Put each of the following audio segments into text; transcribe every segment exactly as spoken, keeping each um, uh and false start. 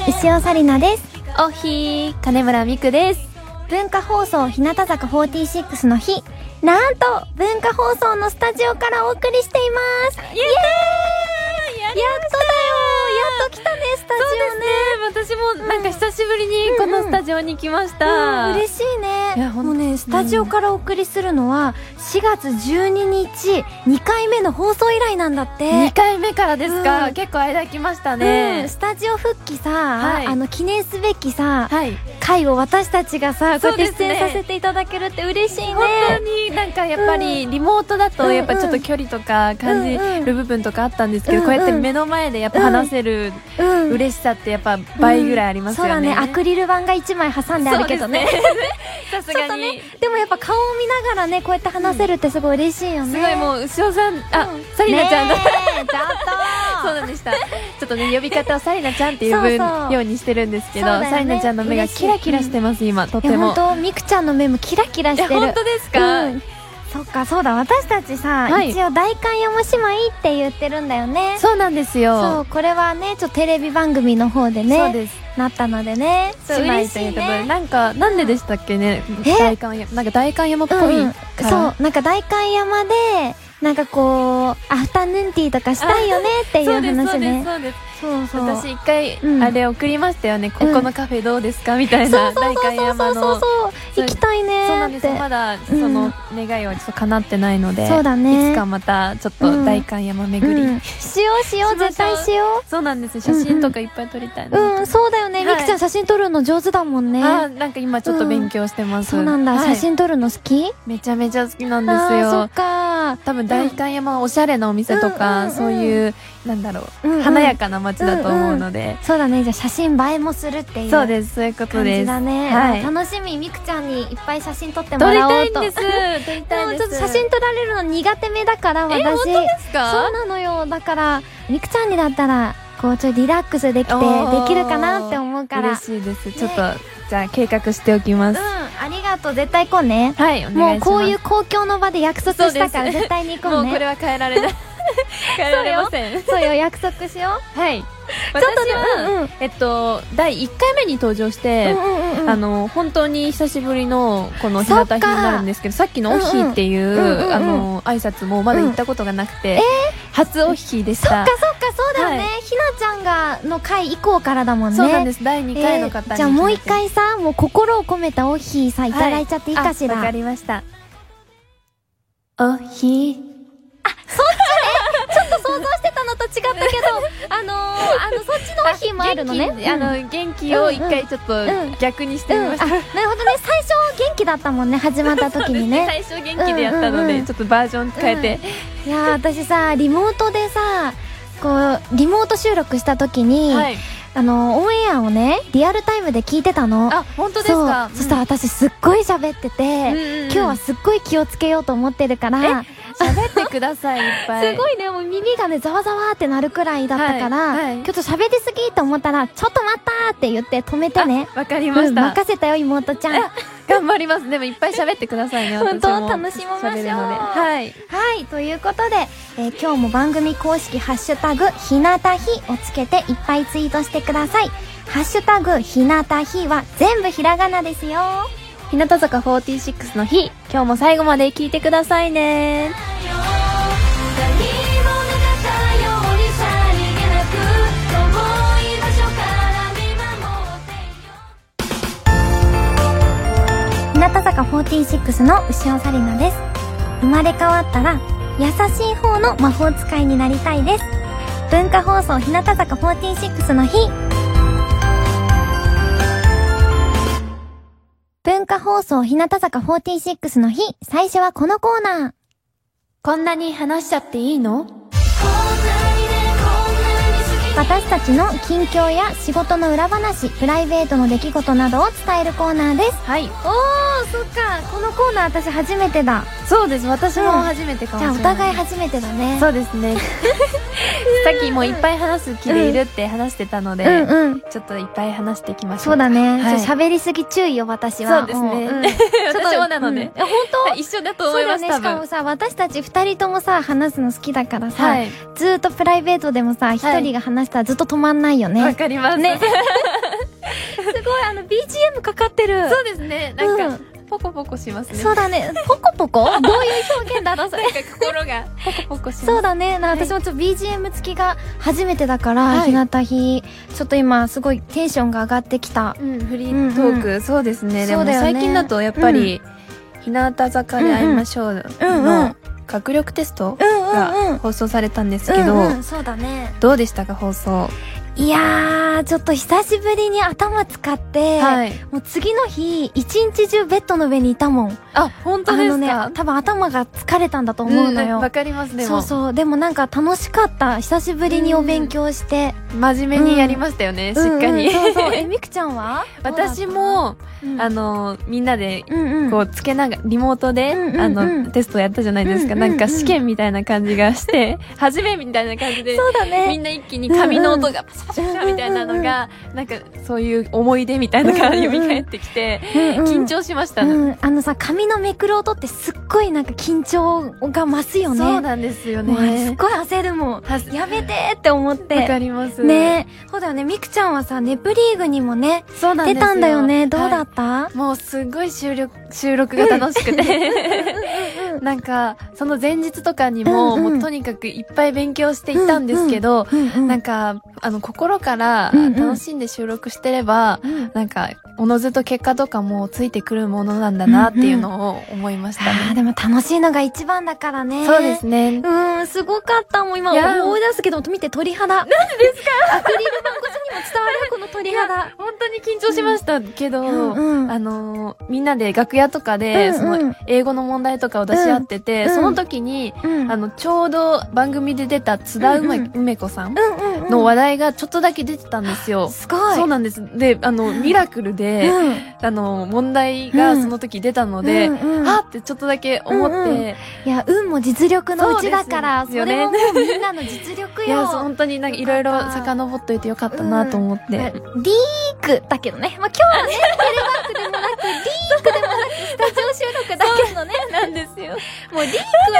牛尾紗理奈です。 おひー、金村美久です。 文化放送日向坂フォーティーシックスの日、なんと文化放送のスタジオからお送りしています。イエーイ、やっとだよ、やっと来たね、スタジオね。 私もなんか久しぶりにこのスタジオに来ました。 うんうん、嬉しいね。いやもうね、スタジオからお送りするのはしがつじゅうににちにかいめの放送以来なんだって。 にかいめからですか、 うん、 結構間空きましたね、 うん、スタジオ復帰さ、はい、あの記念すべきさ、 はい、 回を私たちがさ、こうやって出演させていただけるって嬉しいね。 本当になんかやっぱりリモートだとやっぱちょっと距離とか感じる部分とかあったんですけど、うんうん、こうやって目の前でやっぱ話せる嬉しさってやっぱ倍ぐらいありますよね、うんうん、 そうだね、アクリル板がいちまい挟んであるけどね、 さすがに、ね、 でもやっぱ顔を見ながらねこうやって話せるってすごい嬉しいよね、 すごいもう牛尾さん、あ、 うん、 紗理奈ちゃんだ、 ねえ、ちょっとそうなんでした。ちょっとね呼び方を紗理奈ちゃんって呼ぶようにしてるんですけど、紗理奈ちゃんの目がキラキラしてます、うん、今とても。 本当、みくちゃんの目もキラキラしてる。 本当ですか、うん、 そっか、そうだ、私たちさ、はい、一応代官山姉妹って言ってるんだよね。 そうなんですよ。 そう、これはねちょっとテレビ番組の方でね、そうです、なったのでね、 そう、嬉しいね。なんかなんででしたっけね、代官山、なんか代官山っぽいから、うんうん、そう、なんか代官山でなんかこうアフタヌーンティーとかしたいよねっていう話ね。そうです、そうそう、私一回、うん、あれ送りましたよね、ここのカフェどうですかみたいな、代官山の。そうそうそうそう、行きたいねって。そうなんですよ、まだその願いはちょっと叶ってないので、そうだね、いつかまたちょっと代官山巡り、うんうん、しようしよう、絶対しよう。そうなんですよ、写真とかいっぱい撮りたいな。 うん、うん、そうだよね、みくちゃん写真撮るの上手だもんね。 あ、なんか今ちょっと勉強してます、 うん、そうなんだ、はい、写真撮るの好き？ めちゃめちゃ好きなんですよ。 そっか、 多分代官山はおしゃれなお店とか、うん、そういうなんだろう、うんうん、華やかな街だと思うので、うんうん、そうだね、じゃあ写真映えもするっていう。そうです、そういうことです。感じだね、はい、楽しみ。みくちゃんにいっぱい写真撮ってもらおうと。撮りたいんです撮りたいです。でもちょっと写真撮られるの苦手めだから私。え、本当ですか？そうなのよ、だからみくちゃんにだったらこうちょっとリラックスできてできるかなって思うから。嬉しいです、ね、ちょっとじゃあ計画しておきます。うん、ありがとう、絶対行こうね。はい、お願いします。もうこういう公共の場で約束したから絶対に行こうね。もうこれは変えられない変えられません。そうよ、約束しよう。はい、私は、うんうん、えっとだいいっかいめに登場して、うんうんうん、あの本当に久しぶりのこの日向日になるんですけど、さっきのおひっていう、うんうん、あの挨拶もまだ行ったことがなくて、うん、えー、初おひでした。そっかそっか、そうだよね、はい、ひなちゃんがの回以降からだもんね。そうなんです、だいにかいの方に、えー、じゃあもう一回さ、もう心を込めたおひさいただいちゃっていいかしら。わ、はい、かりました。おひ、あ、そっちねちょっと想像してたのと違ったけどあのー、あのそっちのおひもあるのね。元気、あの元気を一回ちょっと逆にしてみました、うんうんうん、なるほどね、最初元気だったもんね、始まった時にね。最初元気でやったので、うんうんうん、ちょっとバージョン変えて、うん、いや私さリモートでさこうリモート収録した時に、はい、あのオンエアをねリアルタイムで聞いてたの。あ、本当ですか？そう、うん、そしたら私すっごい喋ってて、うんうんうん、今日はすっごい気をつけようと思ってるから喋ってください、いっぱい。すごいね、もう耳がねざわざわってなるくらいだったから、はいはい、ちょっと喋りすぎと思ったらちょっと待ったって言って止めてね。わかりました、うん、任せたよ妹ちゃん。頑張ります。でもいっぱい喋ってくださいね。本当楽しみましょう。はい、はい、ということで、えー、今日も番組公式ハッシュタグひなたひをつけていっぱいツイートしてください。ハッシュタグひなたひは全部ひらがなですよ。日向坂フォーティーシックスの日、今日も最後まで聞いてくださいね。日向坂フォーティーシックスの牛尾紗理奈です。生まれ変わったら優しい方の魔法使いになりたいです。文化放送日向坂フォーティーシックスの日。文化放送日向坂フォーティーシックスの日、最初はこのコーナー。こんなに話しちゃっていいの？私たちの近況や仕事の裏話、プライベートの出来事などを伝えるコーナーです。はい。おー、そっか、このコーナー私初めてだ。そうです、私も初めてかもしれない、うん、じゃあお互い初めてだね。そうですねさっきもいっぱい話す気でいるって話してたので、うんうん、ちょっといっぱい話していきましょう。そうだね、はい、ちょ喋りすぎ注意よ私は。そうですね、うん、私もなので、うん、本当一緒だと思います。そうだね、しかもさ私たちふたりともさ話すの好きだからさ、はい、ずーっとプライベートでもさ一人が話したらずっと止まんないよね。わ、はい、かりますねごい、あの ビージーエム かかってる。 そうですね、なんか、うん、ポコポコしますね。 そうだね。ポコポコどういう表現だろうそれ。 なんか心がポコポコします。 そうだね。な、私もちょっと ビージーエム 付きが初めてだから、はい、日向日、ちょっと今すごいテンションが上がってきた。 うん、フリートーク、うんうん、そうですね。でも最近だとやっぱり、うん、日向坂で会いましょうの学力テストが放送されたんですけど、 うんうん、そうだね。 どうでしたか、放送。 いやー、ちょっと久しぶりに頭使って、はい、もう次の日、一日中ベッドの上にいたもん。 あ、本当ですか？あのね、 多分頭が疲れたんだと思うのよ。 わ、うん、かりますね。 そうそう。でもなんか楽しかった。久しぶりにお勉強して。 真面目にやりましたよね、うん、しっかり。 うんうん、そうそう。え、みくちゃんは私も、うん、あの、みんなで、こう、つけながら、リモートで、うんうん、あの、テストをやったじゃないですか。うんうんうん、なんか試験みたいな感じがして、初めみたいな感じで、 そうだね。 みんな一気に紙の音がパサパサパサみたいなのが、なんか、そういう思い出みたいなのが蘇ってきて、緊張しましたね、 うんうん。あのさ、紙のめくる音ってすっごいなんか緊張が増すよね。 そうなんですよね。 すっごい焦るもん。やめてって思って。 わかります。 ね。そうだよね。みくちゃんはさ、ネプリーグにもね、そうなんですよ。出たんだよね。どうだった？はい、 もうすごい収録、収録が楽しくて。なんか、その前日とかにも、うんうん、もうとにかくいっぱい勉強していったんですけど、うんうんうんうん、なんか、あの、心から楽しんで収録してれば、うんうん、なんか、おのずと結果とかもついてくるものなんだなっていうのを思いましたね。 うんうん、あでも楽しいのが一番だからね。 そうですね。 うん、すごかった。もう今思い出すけど、見て鳥肌。なんでですか？ アクリル板越しにも伝わるこの鳥肌。 本当に緊張しましたけど、うんうん、あの、みんなで楽屋とかで、うんうん、その、英語の問題とかを出し合ってて、うん、その時に、うん、あの、ちょうど番組で出た津田梅、うんうん、梅子さんの話題がちょっとだけ出てたんですよ。 すごい。 そうなんです。で、あの、ミラクルで、うん、あの、問題がその時出たので、うんうん、はってちょっとだけ思って、うんうん、いや、運も実力のうちだから、そ, それももうみんなの実力よ。いや、 本当になんかいろいろ遡っといてよかったなと思って。 うん、リークだけどね。まあ、今日はね、テレワークでもなく、リークでもなく、スタジオ収録だけどね。 なんですよ。 もうリークはちょっと、すごい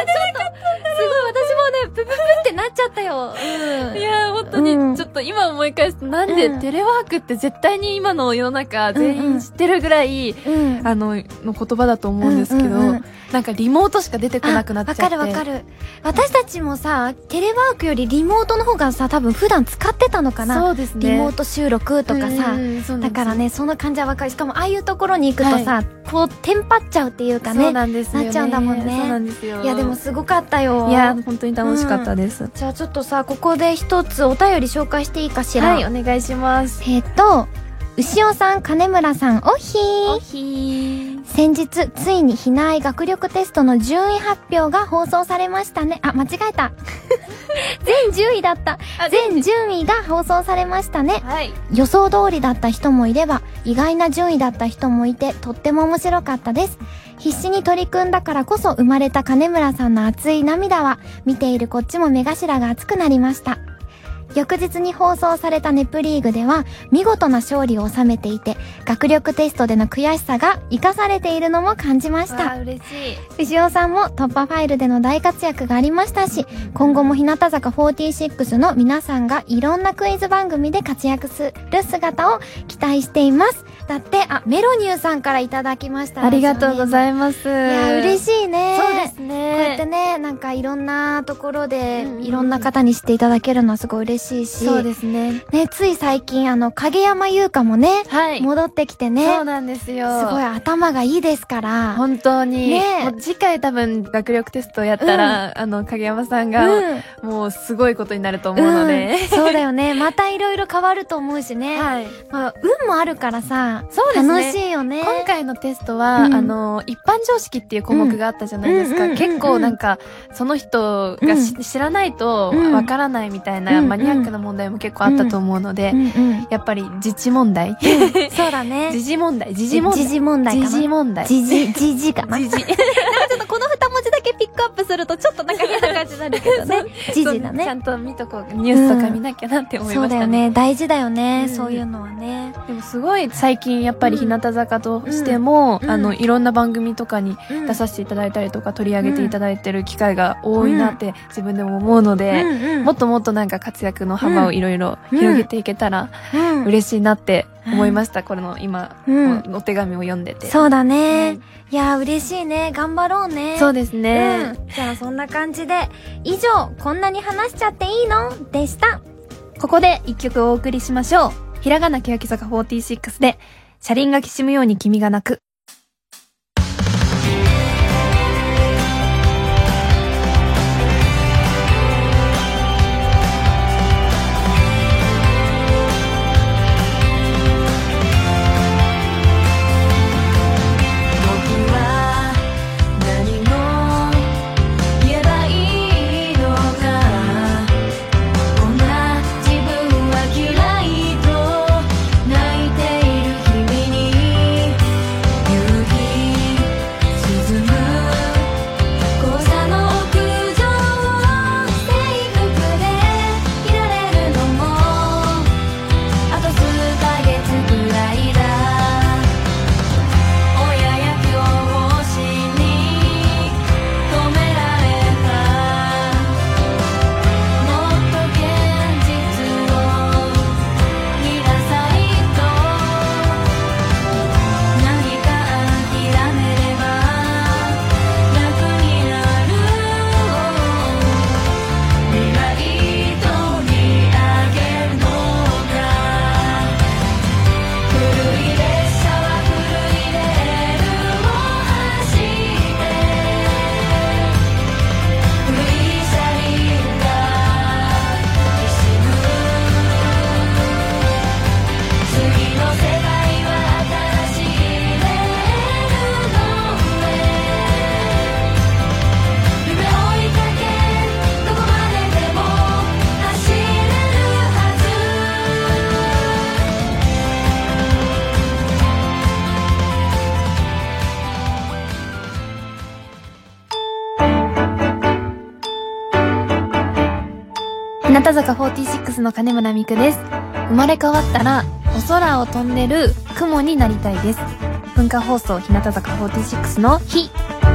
私もね、プププってなっちゃったよ。 うん、いや、本当に、ちょっと今思い返すと、なんでテレワークって絶対に今の世の中全員知ってるぐらい、うんうん、あの、の言葉だと思うんですけど、うんうんうん、なんかリモートしか出てこなくなっちゃって。わかるわかる。私たちもさ、テレワークよりリモートの方がさ、多分普段使ってたのかな。 そうですね。 リモート収録とかさ。だからね、その感じはわかる。しかもああいうところに行くとさ、はい、こう、テンパっちゃうっていうかね。 そうなんですよね。 なっちゃうんだもんね。 そうなんですよ。 いや、でもすごかったよ。 いや、本当に楽しかったです。うん、 じゃあちょっとさ、ここで一つお便り紹介していいかしら。 はい、お願いします。 えっと、牛尾さん、金村さん、おひー。 おひー。 先日、ついにひなあい学力テストの順位発表が放送されましたね。あ、間違えた。全じゅういだった。全順位が放送されましたね。はい。予想通りだった人もいれば、意外な順位だった人もいて、とっても面白かったです。必死に取り組んだからこそ生まれた金村さんの熱い涙は、見ているこっちも目頭が熱くなりました。翌日に放送されたネプリーグでは見事な勝利を収めていて、学力テストでの悔しさが生かされているのも感じました。 嬉しい。 藤尾さんも突破ファイルでの大活躍がありましたし、今後も日向坂フォーティーシックスの皆さんがいろんなクイズ番組で活躍する姿を期待しています。だって、あ、メロニューさんからいただきました。 ありがとうございます。いや、嬉しいね。 そうですね。 こうやってね、なんかいろんなところで、いろんな方に知っていただけるのはすごい嬉しいし。 そうですね。 ね、つい最近、あの、影山優香もね、はい、戻ってきてね。 そうなんですよ。 すごい頭がいいですから。 本当に。ね。もう次回多分学力テストやったら、うん、あの、影山さんが、うん、もうすごいことになると思うので。 うん、そうだよね。またいろいろ変わると思うしね。はい。まあ、運もあるからさ、そうですね。楽しいよね。 今回のテストは、うん、あの、一般常識っていう項目があったじゃないですか。うん、結構なんか、その人が、うん、知らないとわからないみたいな、マニアックな問題も結構あったと思うので、うんうん、やっぱり自治問題、うん、 そうだね。 時事問題、時事問題。 時事問題かな。 時事問題。 時事、時事かな。 時事。 なんかちょっとこの二文字だけピックアップするとちょっとなんか変な感じになるけどね。時事だね。 ちゃんと見とこう。ニュースとか見なきゃなって思いましたね。 そうだよね。大事だよね。そういうのはね。 でもすごい最近やっぱり日向坂としても、あの、いろんな番組とかに出させていただいたりとか取り上げていただいてる機会が多いなって自分でも思うので、もっともっとなんか活躍の幅をいろいろ広げていけたら嬉しいなって思いました、うん、これの今、うん、お手紙を読んでて。 そうだね、うん、いやー嬉しいね。頑張ろうね。 そうですね、 うん、じゃあそんな感じで以上こんなに話しちゃっていいのでした。 ここで一曲お送りしましょう。ひらがな欅坂フォーティーシックスで車輪がきしむように君が泣く。日向坂フォーティーシックスの金村美久です。生まれ変わったらお空を飛んでる雲になりたいです。文化放送日向坂フォーティーシックスの日。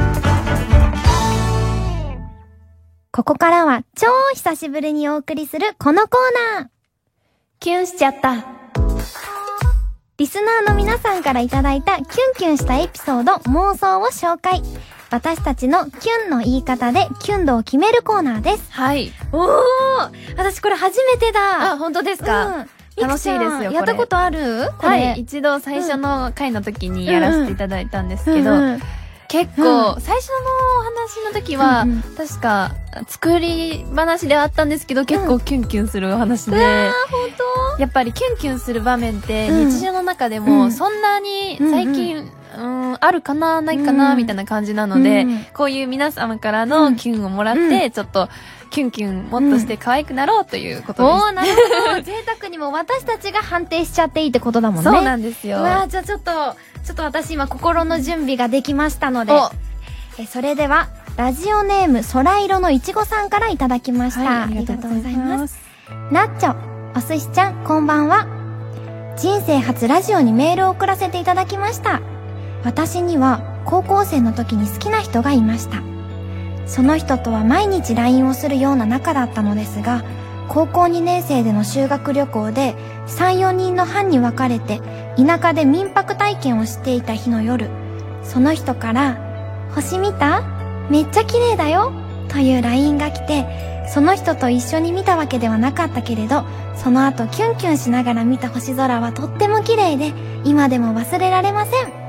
ここからは超久しぶりにお送りするこのコーナー。 キュンしちゃった。 リスナーの皆さんからいただいたキュンキュンしたエピソード、妄想を紹介。私たちのキュンの言い方でキュン度を決めるコーナーです。 はい。 おー、私これ初めてだ。 あ、本当ですか？うん、楽しいですよ、これ。 やったことある？ はい。一度最初の回の時にやらせていただいたんですけど、うんうん、結構、うん、最初のお話の時は、うんうん、確か、作り話ではあったんですけど、結構キュンキュンするお話で、うん、うわー、本当？ やっぱりキュンキュンする場面って、日常の中でも、そんなに最近、うんうんうん、あるかなないかな、うん、みたいな感じなので、うん、こういう皆様からのキュンをもらって、うん、ちょっとキュンキュンもっとして可愛くなろうということです。 おー、なるほど。贅沢にも私たちが判定しちゃっていいってことだもんね。 そうなんですよ。 うわー、じゃあちょっとちょっと私今心の準備ができましたので、えそれではラジオネーム空色のいちごさんからいただきました、はい、ありがとうございます。なっちょ、おすしちゃんこんばんは。人生初ラジオにメールを送らせていただきました。私には高校生の時に好きな人がいました。その人とは毎日 ライン をするような仲だったのですが、高校にねん生での修学旅行でさん、よにんの班に分かれて田舎で民泊体験をしていた日の夜、その人から星見た？めっちゃ綺麗だよという ライン が来て、その人と一緒に見たわけではなかったけれど、その後キュンキュンしながら見た星空はとっても綺麗で今でも忘れられません。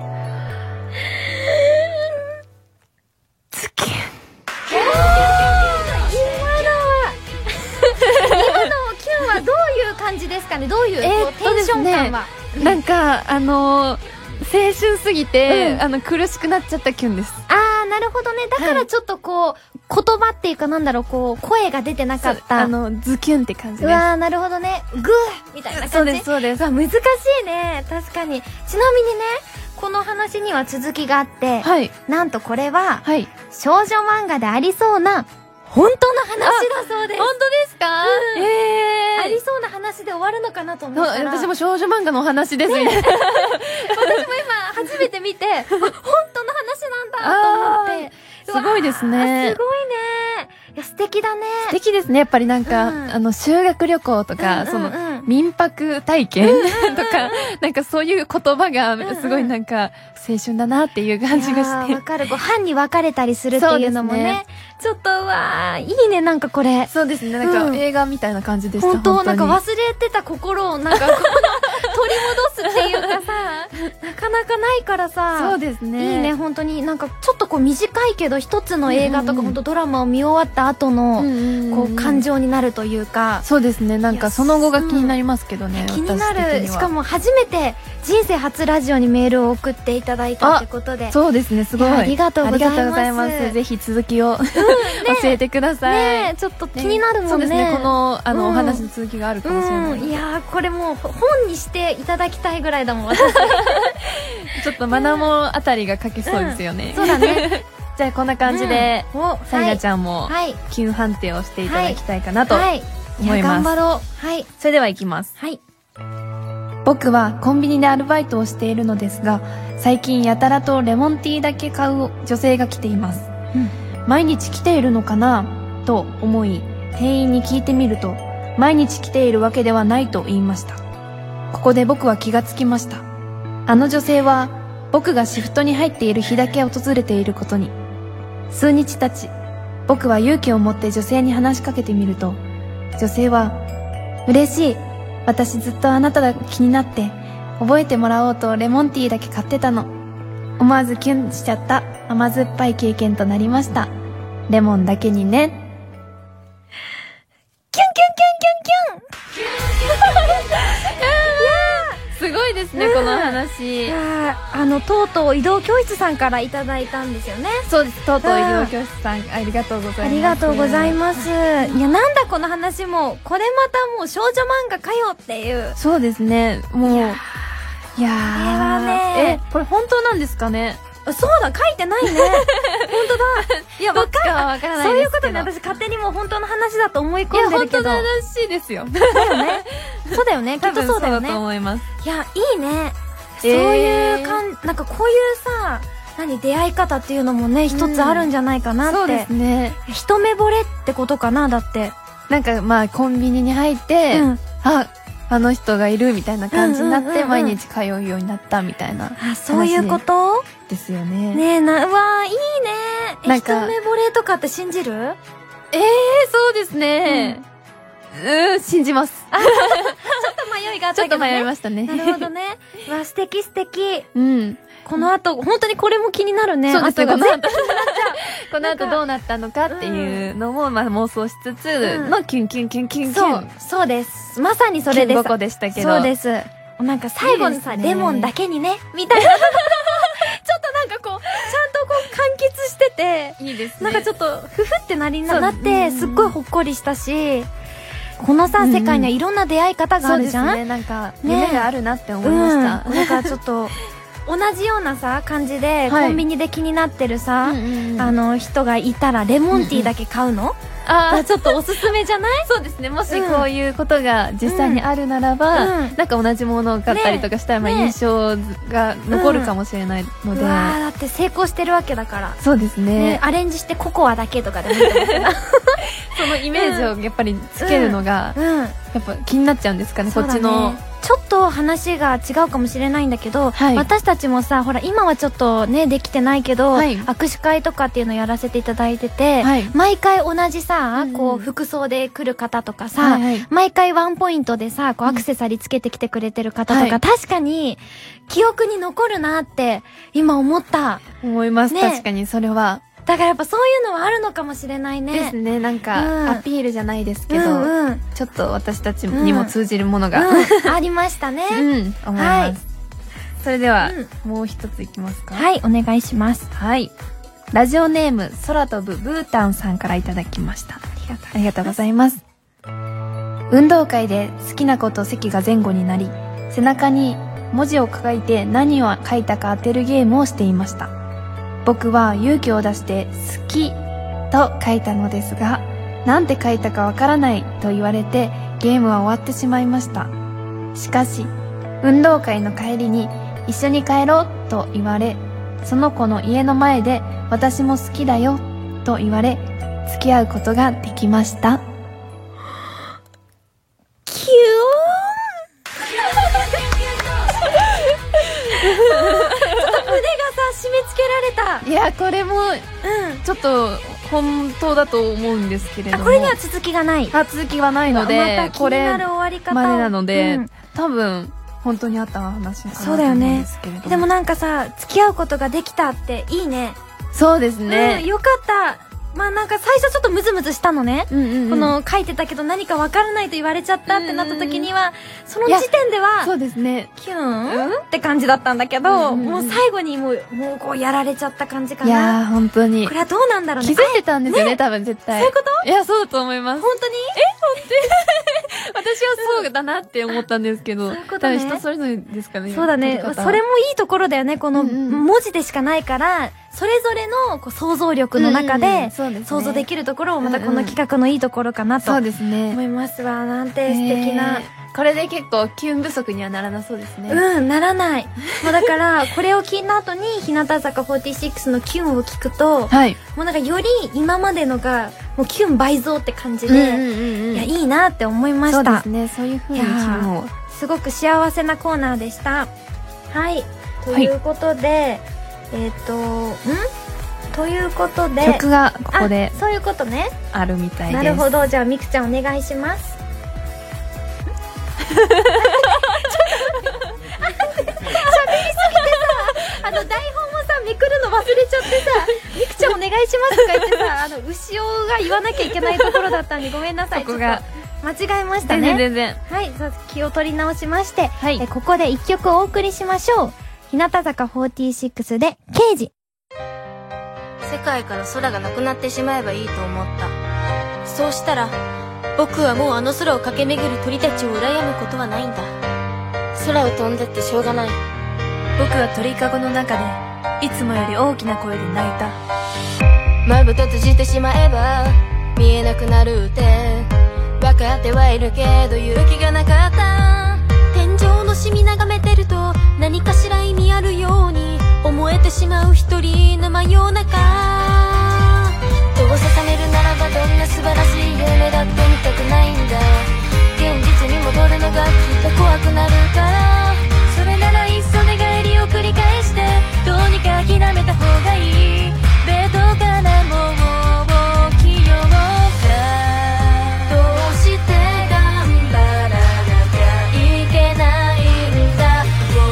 ズキュン。 今のは今のキュンはどういう感じですかね。どういう、えー、テンション感は、 ね、なんかあのー、青春すぎて、うん、あの苦しくなっちゃったキュンです。 あー、なるほどね。だからちょっとこう、はい、言葉っていうかなんだろう、こう声が出てなかった。 あのズキュンって感じです。 うわー、なるほどね。グーみたいな感じ。 そうですそうです。 難しいね。確かに。ちなみにね、この話には続きがあって、はい、なんとこれは、はい、少女漫画でありそうな本当の話だそうです。 本当ですか？ うん、えー、ありそうな話で終わるのかなと思ったら、 私も少女漫画のお話ですね。 私も今初めて見て、本当の話なんだと思って。 すごいですね。 すごいね。いや、素敵だね。 素敵ですね。やっぱりなんか、うん、あの、修学旅行とか、うんうんうん、その、 民泊体験とか、なんかそういう言葉がすごいなんか青春だなっていう感じがして。 わかる。こう、班に分かれたりするっていうのもね。ねちょっと、わー、いいね、なんかこれ。 そうですね、なんか映画みたいな感じでした。 本当なんか忘れてた心をなんかこう、取り戻すっていうかさ、なかなかないからさ。 そうですね。 いいね、本当になんかちょっとこう短いけど一つの映画とか本当ドラマを見終わった後の、こう感情になるというか。 そうですね、なんかその後が気になりますけどね。 気になる。しかも初めて人生初ラジオにメールを送っていただいたってことで。 そうですね、すごい。 ありがとうございます。ありがとうございます。 ぜひ続きを教えてください。 ね、ちょっと気になるもんね。そうですね、 このあのお話の続きがあるかもしれない。 いやー、これもう本にしていただきたいぐらいだもん、私。 ちょっとマナモあたりが書けそうですよね。 そうだね。 じゃあこんな感じでさりなちゃんも急判定をしていただきたいかなと思います。 頑張ろう。はい。 それではいきます。 はい。 僕はコンビニでアルバイトをしているのですが、最近やたらとレモンティーだけ買う女性が来ています。うん、毎日来ているのかなと思い、店員に聞いてみると、毎日来ているわけではないと言いました。ここで僕は気がつきました。あの女性は僕がシフトに入っている日だけ訪れていることに。数日経ち、僕は勇気を持って女性に話しかけてみると、女性は、嬉しい。私ずっとあなたが気になって、覚えてもらおうとレモンティーだけ買ってたの。思わずキュンしちゃった甘酸っぱい経験となりました。レモンだけにね。 キュンキュンキュンキュンキュンすごいですね、この話。 あの、とうとう移動教室さんからいただいたんですよね。 そうです、とうとう移動教室さん、ありがとうございます。 ありがとうございます。いや、なんだこの話も、これまたもう少女漫画かよっていう。 そうですね、もう。いやー。 いやーねえ、これ本当なんですかね。 そうだ、書いてないね。本当だ。 いや、どっちかはわからないですけど。 そういうことね、私勝手にもう本当の話だと思い込んでるけど。 いや、本当らしいですよ。 だよね。そうだよね、きっとそうだよね。 そうだと思います。 いや、いいね。そういうかん、なんかこういうさ、何、出会い方っていうのもね、一つあるんじゃないかなって。 そうですね。 一目惚れってことかな、だって。 なんかまあ、コンビニに入って、あ、あの人がいるみたいな感じになって毎日通うようになったみたいな。 あ、そういうことですよね。 ねえ、な、うわー、いいね。なんか一目惚れとかって信じる？ ええ、そうですね。うん、信じます。 ちょっと迷いがあったけどね。 ちょっと迷いましたね。 なるほどね。わ、素敵素敵。 うん。 この後、本当にこれも気になるね。 そうですね、 この後。 この後どうなったのかっていうのも、まあ妄想しつつのキュンキュンキュンキュンキュン。 そう、そうです。まさにそれです。 キュンごこでしたけど。 そうです。なんか最後にさ、レモンだけにね、みたいな。ちょっとなんかこう、ちゃんとこう、完結してて、 いいですね。 なんかちょっと、ふふってなりになって、すっごいほっこりしたし、このさ、世界にはいろんな出会い方があるじゃん？ そうですね、なんか、夢があるなって思いました。 なんかちょっと、同じようなさ、感じで、コンビニで気になってるさ、あの、人がいたら、レモンティーだけ買うの？ああ、ちょっとおすすめじゃない？ そうですね。もしこういうことが実際にあるならば、なんか同じものを買ったりとかしたら、まあ印象が残るかもしれないので。 わあ、だって成功してるわけだから。 そうですね。 アレンジしてココアだけとかでもいいと思うけど。 そのイメージをやっぱりつけるのが、やっぱ気になっちゃうんですかね、こっちの。 ちょっと話が違うかもしれないんだけど、はい、私たちもさ、ほら今はちょっとねできてないけど、はい、握手会とかっていうのをやらせていただいてて、はい、毎回同じさ、うん、こう服装で来る方とかさ、はいはい、毎回ワンポイントでさ、こうアクセサリーつけてきてくれてる方とか、うん、確かに記憶に残るなって今思った。 思います、ね、確かにそれは。 だからやっぱそういうのはあるのかもしれないね。 ですね。なんか、うん、アピールじゃないですけど、うんうん、ちょっと私たちにも通じるものが、うんうん、ありましたね。 うん、思います。はい、それでは、うん、もう一ついきますか。 はい、お願いします。 はい。ラジオネーム、空飛ぶブータンさんからいただきました。ありがとう。 ありがとうございます。運動会で好きな子と席が前後になり、背中に文字を書いて何を書いたか当てるゲームをしていました。僕は勇気を出して好きと書いたのですが、なんて書いたかわからないと言われてゲームは終わってしまいました。しかし、運動会の帰りに一緒に帰ろうと言われ、その子の家の前で私も好きだよと言われ、付き合うことができました。 キューンょっと本当だと思うんですけれども、 これには続きがない。 あ、続きはないので、 また気になる終わり方までなので、うん、多分本当にあった話かなと思うんですけれども。 でもなんかさ、付き合うことができたっていいね。 そうですね、 うん、よかった。まあなんか最初ちょっとムズムズしたのね、うんうんうん、この書いてたけど何かわからないと言われちゃったってなった時には、その時点ではそうですね、 キュン、うん、って感じだったんだけど、うんうんうん、もう最後にもうもうこうやられちゃった感じかな。 いやー本当にこれはどうなんだろうね。 気づいてたんですよね、多分絶対。 そういうこと？ いや、そうだと思います。 本当に？ え、本当に私はそうだなって思ったんですけど、 そういうことね、 多分人それぞれですかね。 そうだね、それもいいところだよね。この文字でしかないから、それぞれのこう想像力の中で想像できるところをまたこの企画のいいところかなと思いますわ。なんて素敵な、 えー、これで結構キュン不足にはならなそうですね。 うん、ならない。もうだからこれを聞いた後に日向坂フォーティーシックスのキュンを聞くと、はい、もうなんかより今までのがもうキュン倍増って感じで、うんうんうんうん、いやいいなって思いました。 そうですね、そういう風にキュンを、 すごく幸せなコーナーでした。はい、ということで、はい、えっ、ー、とんということで曲がここでそういうことね、あるみたいです。 なるほど。じゃあみくちゃんお願いします。しゃべりすぎてさ、あの台本もさめくるの忘れちゃってさ、みくちゃんお願いしますとか言ってさ、あの牛尾が言わなきゃいけないところだったんでごめんなさい。 そこが間違えましたね。 全然全然。 はい、気を取り直しまして、はい、えここで一曲お送りしましょう。日向坂フォーティーシックスで刑事。 世界から空がなくなってしまえばいいと思った。そうしたら僕はもうあの空を駆け巡る鳥たちを羨むことはないんだ。空を飛んでってしょうがない。 僕は鳥かごの中でいつもより大きな声で泣いた。 まぶた閉じてしまえば見えなくなるって分かってはいるけど勇気がなかった。天井のシミ眺めてると何かしら意味あるように思えてしまう一人の真夜中。どうせ覚めるならばどんな素晴らしい夢だって見たくないんだ。現実に戻るのがきっと怖くなるから、それならいっそ寝返りを繰り返してどうにか諦めた方がいい。ベッドからもう起きようか。どうして頑張らなきゃいけないんだ。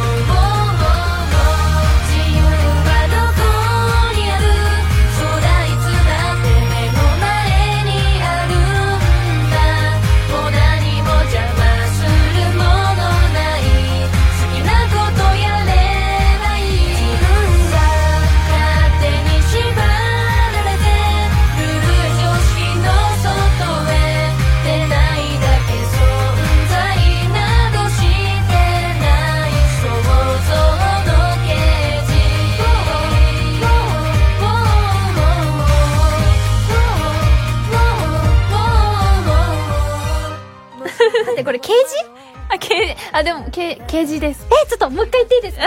自由はどこにある。そうだ、いつだって目の前にあるんだ。もう何も邪魔するものない。好きなことやればいい。自分が勝手に縛られてルール常識の外へ出ないだけ。存在などしてない想像のケージ。 なんでこれ刑事？ あ、刑事、あ、でも、刑、刑事です。 え、ちょっともう一回言っていいですか？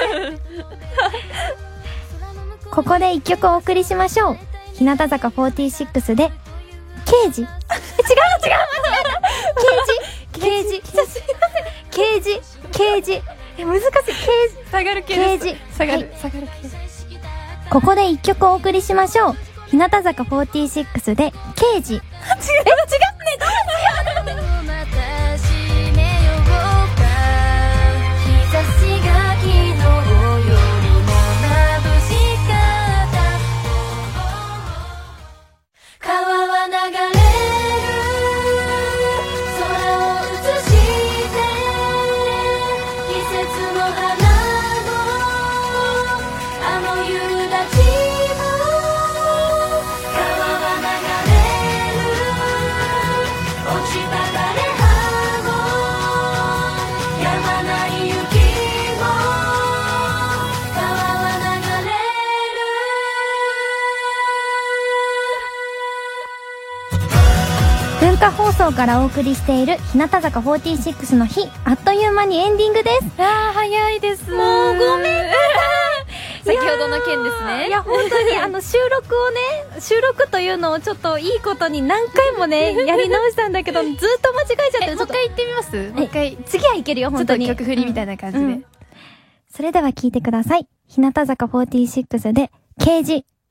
ここで一曲お送りしましょう。日向坂フォーティーシックスで刑事。え、違う違う間違えた。刑事刑事刑事刑事。え、難しい。刑事下がる系です。刑事下がる、下がる系。 ここで一曲お送りしましょう。日向坂フォーティーシックスで刑事。違う。え、違うね。どう違う。 日差しが昨日よりも眩しかった。川は流れる空を映して季節の花もあの夕立も。川は流れる落ち葉がれ葉もやまない雪も。川は流れる。 文化放送からお送りしている日向坂フォーティーシックスの日、あっという間にエンディングです。 あー、早いです。 もうごめんなさい。 先ほどの件ですね。 いや本当にあの収録をね、収録というのをちょっといいことに何回もねやり直したんだけどずっと間違えちゃって。 もう一回言ってみます？もう一回。 次はいけるよ本当に。 ちょっと曲振りみたいな感じで、うんうん、 それでは聞いてください。日向坂フォーティーシックスで刑事。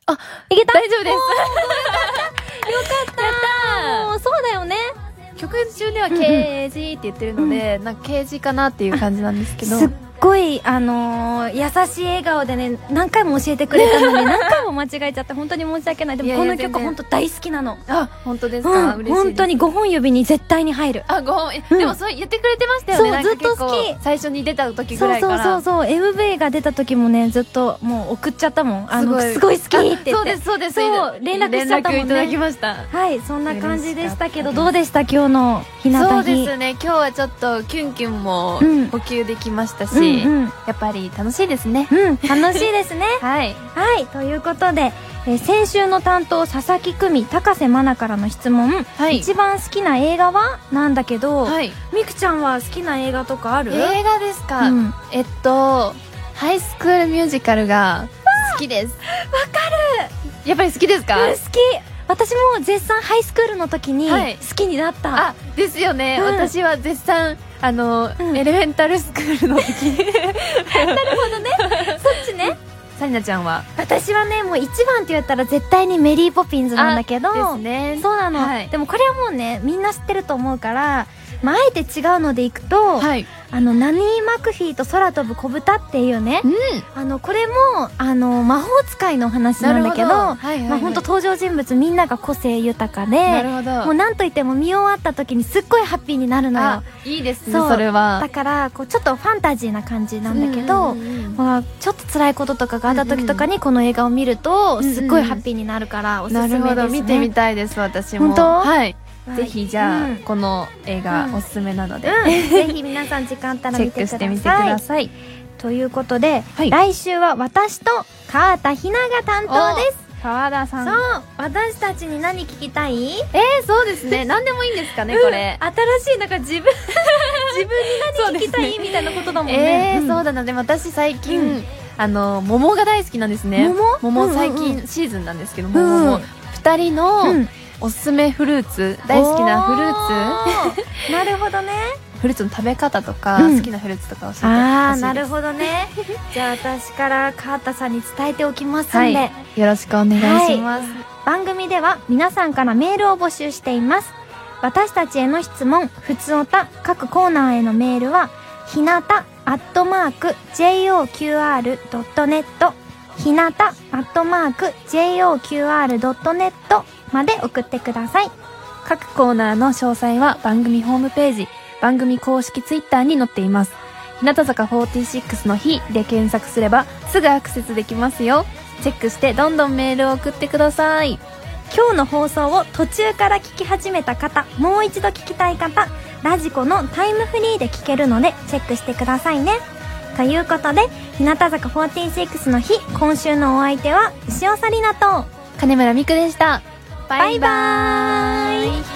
あ、 いけた？ 大丈夫です。よかった。やったー。もうそうだよね。 曲中ではケージって言ってるので、うん、なんかケージかなっていう感じなんですけど。 すっごい、あのー、優しい笑顔でね、何回も教えてくれたのに、何回も間違えちゃって、本当に申し訳ない。でもこの曲本当大好きなの。 あ、本当ですか、 うん、嬉しいです。本当にごほん指に絶対に入る。 あ、ごほん、うん、でもそう言ってくれてましたよね。 そう、ずっと好き。 最初に出た時ぐらいから。 そうそうそうそう、エムブイ が出た時もね、ずっともう送っちゃったもん。あの、すごい好きって言って。 そうです、そうです。 そう、連絡しちゃったもんね。 連絡いただきました。 はい、そんな感じでしたけど、どうでした今日の日向日？ そうですね、今日はちょっとキュンキュンも補給できましたし、うんうん、やっぱり楽しいですね。 うん、楽しいですね。 はい。 はい、ということで、えー、先週の担当佐々木久美、高瀬真奈からの質問、はい、一番好きな映画はなんだけど、はい、みくちゃんは好きな映画とかある？ 映画ですか、うん、えっとハイスクールミュージカルが好きです。 わかる。 やっぱり好きですか？ うん、好き。私も絶賛ハイスクールの時に好きになった、はい、 あ、ですよね、うん、私は絶賛あの、うん、エレメンタルスクールの時になるほどねそっちね。 サリナちゃんは？ 私はね、もう一番って言ったら絶対にメリーポピンズなんだけど、 ですね、 そうなの、はい、でもこれはもうねみんな知ってると思うから、まあ、あえて違うのでいくと、はい、あのナニー・マクフィーと空飛ぶ小豚っていうね、うん、あのこれもあの魔法使いの話なんだけど、まあ本当登場人物みんなが個性豊かで、なるほど、もうなんといっても見終わった時にすっごいハッピーになるのよ。 いいですね、 そ, それは。 だからこうちょっとファンタジーな感じなんだけど、まあ、ちょっと辛いこととかがあった時とかにこの映画を見るとすっごいハッピーになるからおすすめですね。なるほど、 見てみたいです私も。 本当？ はい、ぜひじゃあ、うん、この映画おすすめなので、 うんうん、ぜひ皆さん時間あったら見てください。チェックしてみてください。ということで、はい、来週は私と川田ひなが担当です。 川田さん。 そう、私たちに何聞きたい？ えー、そうですね。何でもいいんですかね、これ。 うん、新しい、なんか自分自分に何聞きたい、ね、みたいなことだもんね。 えー、うん、そうだな。でも私最近、うん、あの桃が大好きなんですね。桃？桃最近シーズンなんですけども、うん、二人の、うん、おすすめフルーツ、大好きなフルーツなるほどね。 フルーツの食べ方とか、うん、好きなフルーツとか教えてほしいです。 ああ、なるほどね。じゃあ私から川田さんに伝えておきますんで、はい、 よろしくお願いします、はい。 番組では皆さんからメールを募集しています。私たちへの質問、ふつおた、各コーナーへのメールはひなたアットマーク ジェイオーキューアールドットネット、ひなたアットマーク ジェイオーキューアールドットネットまで送ってください。 各コーナーの詳細は番組ホームページ、番組公式ツイッターに載っています。日向坂フォーティーシックスの日で検索すればすぐアクセスできますよ。チェックしてどんどんメールを送ってください。 今日の放送を途中から聞き始めた方、もう一度聞きたい方、ラジコのタイムフリーで聞けるのでチェックしてくださいね。ということで、日向坂フォーティーシックスの日、今週のお相手は牛尾紗理奈と金村美久でした。 バイバーイ。